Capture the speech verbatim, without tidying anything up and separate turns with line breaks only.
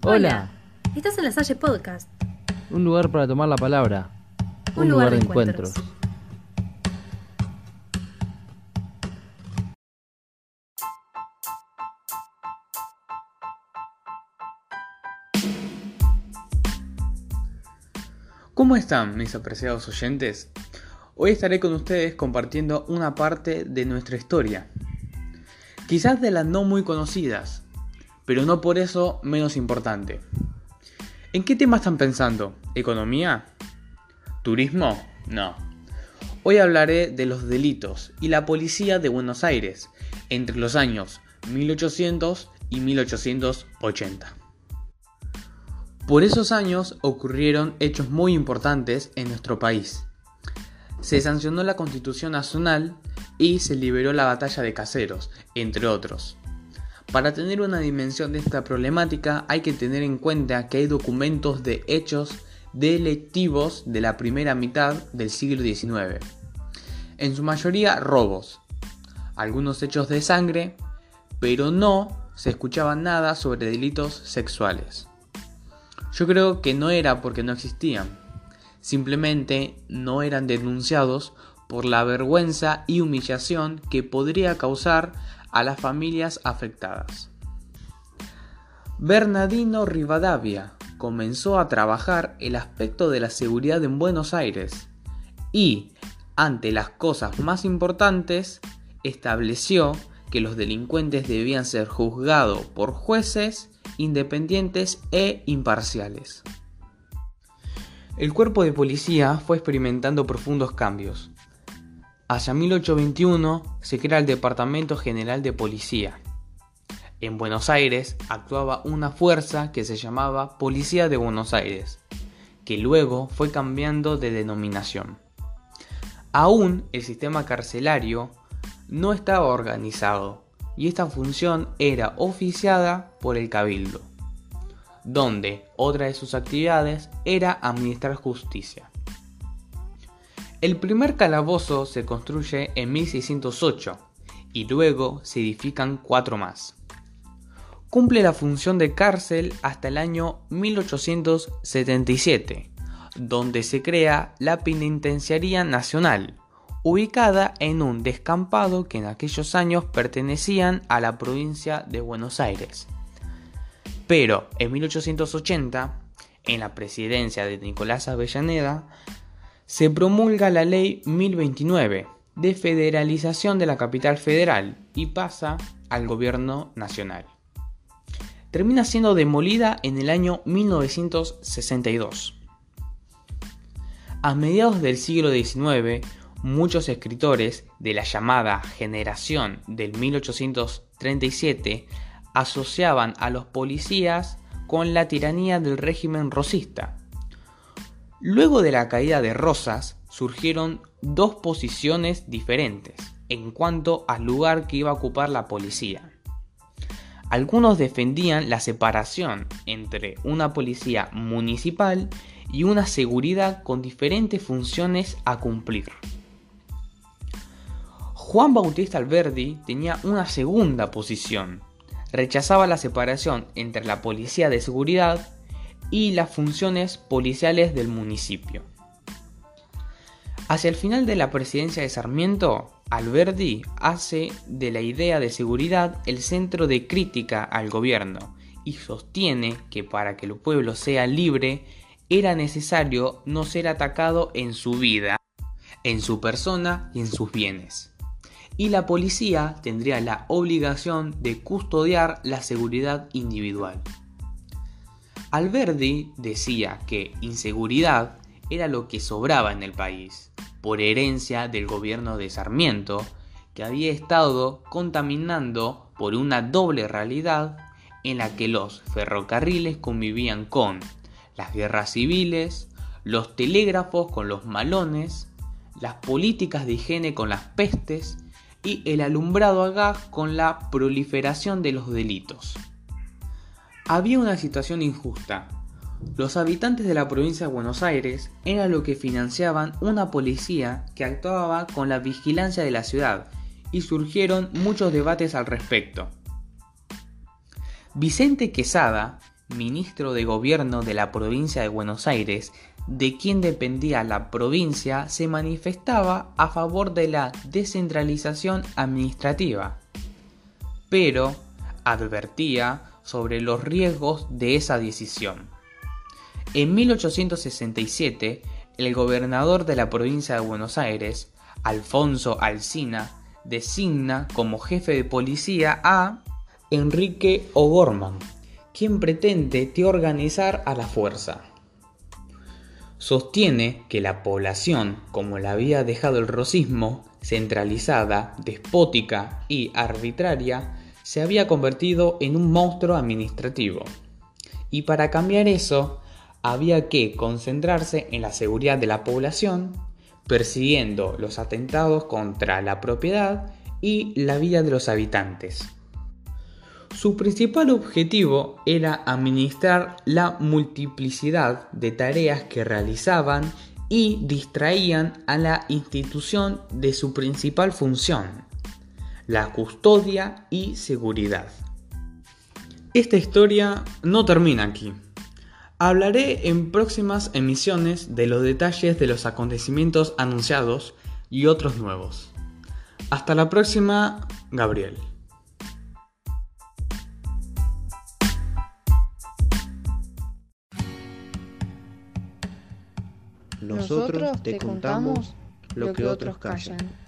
Hola,
estás en la Salle Podcast.
un lugar para tomar la palabra, un,
Un
lugar,
lugar de
de encuentros.
encuentros.
¿Cómo están, mis apreciados oyentes? Hoy estaré con ustedes compartiendo una parte de nuestra historia, quizás de las no muy conocidas, pero no por eso menos importante. ¿En qué tema están pensando? ¿Economía? ¿Turismo? No. Hoy hablaré de los delitos y la policía de Buenos Aires entre los años mil ochocientos y mil ochocientos ochenta. Por esos años ocurrieron hechos muy importantes en nuestro país. Se sancionó la Constitución Nacional y se liberó la Batalla de Caseros, entre otros. Para tener una dimensión de esta problemática hay que tener en cuenta que hay documentos de hechos delictivos de la primera mitad del siglo diecinueve. En su mayoría robos, algunos hechos de sangre, pero no se escuchaba nada sobre delitos sexuales. Yo creo que no era porque no existían, simplemente no eran denunciados por la vergüenza y humillación que podría causar a las familias afectadas. Bernardino Rivadavia comenzó a trabajar el aspecto de la seguridad en Buenos Aires y, ante las cosas más importantes, estableció que los delincuentes debían ser juzgados por jueces independientes e imparciales. El cuerpo de policía fue experimentando profundos cambios. Hacia mil ochocientos veintiuno se crea el Departamento General de Policía. En Buenos Aires actuaba una fuerza que se llamaba Policía de Buenos Aires, que luego fue cambiando de denominación. Aún el sistema carcelario no estaba organizado y esta función era oficiada por el Cabildo, donde otra de sus actividades era administrar justicia. El primer calabozo se construye en mil seiscientos ocho y luego se edifican cuatro más. Cumple la función de cárcel hasta el año mil ochocientos setenta y siete, donde se crea la Penitenciaría Nacional, ubicada en un descampado que en aquellos años pertenecían a la provincia de Buenos Aires. Pero en mil ochocientos ochenta, en la presidencia de Nicolás Avellaneda, se promulga la ley mil veintinueve de federalización de la capital federal y pasa al gobierno nacional. Termina siendo demolida en el año mil novecientos sesenta y dos. A mediados del siglo diecinueve, muchos escritores de la llamada generación del mil ochocientos treinta y siete asociaban a los policías con la tiranía del régimen rosista. Luego de la caída de Rosas, surgieron dos posiciones diferentes en cuanto al lugar que iba a ocupar la policía. Algunos defendían la separación entre una policía municipal y una seguridad con diferentes funciones a cumplir. Juan Bautista Alberdi tenía una segunda posición. Rechazaba la separación entre la policía de seguridad y las funciones policiales del municipio. Hacia el final de la presidencia de Sarmiento, Alberdi hace de la idea de seguridad el centro de crítica al gobierno y sostiene que para que el pueblo sea libre era necesario no ser atacado en su vida, en su persona y en sus bienes. Y la policía tendría la obligación de custodiar la seguridad individual. Alberdi decía que inseguridad era lo que sobraba en el país, por herencia del gobierno de Sarmiento, que había estado contaminando por una doble realidad en la que los ferrocarriles convivían con las guerras civiles, los telégrafos con los malones, las políticas de higiene con las pestes y el alumbrado a gas con la proliferación de los delitos. Había una situación injusta. Los habitantes de la provincia de Buenos Aires eran los que financiaban una policía que actuaba con la vigilancia de la ciudad y surgieron muchos debates al respecto. Vicente Quesada, ministro de gobierno de la provincia de Buenos Aires, de quien dependía la provincia, se manifestaba a favor de la descentralización administrativa, pero advertía sobre los riesgos de esa decisión. En mil ochocientos sesenta y siete, el gobernador de la provincia de Buenos Aires, Alfonso Alsina, designa como jefe de policía a Enrique O'Gorman, quien pretende organizar a la fuerza. Sostiene que la población, como la había dejado el rosismo, centralizada, despótica y arbitraria, se había convertido en un monstruo administrativo. Y para cambiar eso, había que concentrarse en la seguridad de la población, persiguiendo los atentados contra la propiedad y la vida de los habitantes. Su principal objetivo era administrar la multiplicidad de tareas que realizaban y distraían a la institución de su principal función, la custodia y seguridad. Esta historia no termina aquí. Hablaré en próximas emisiones de los detalles de los acontecimientos anunciados y otros nuevos. Hasta la próxima, Gabriel.
Nosotros te contamos lo que otros callan.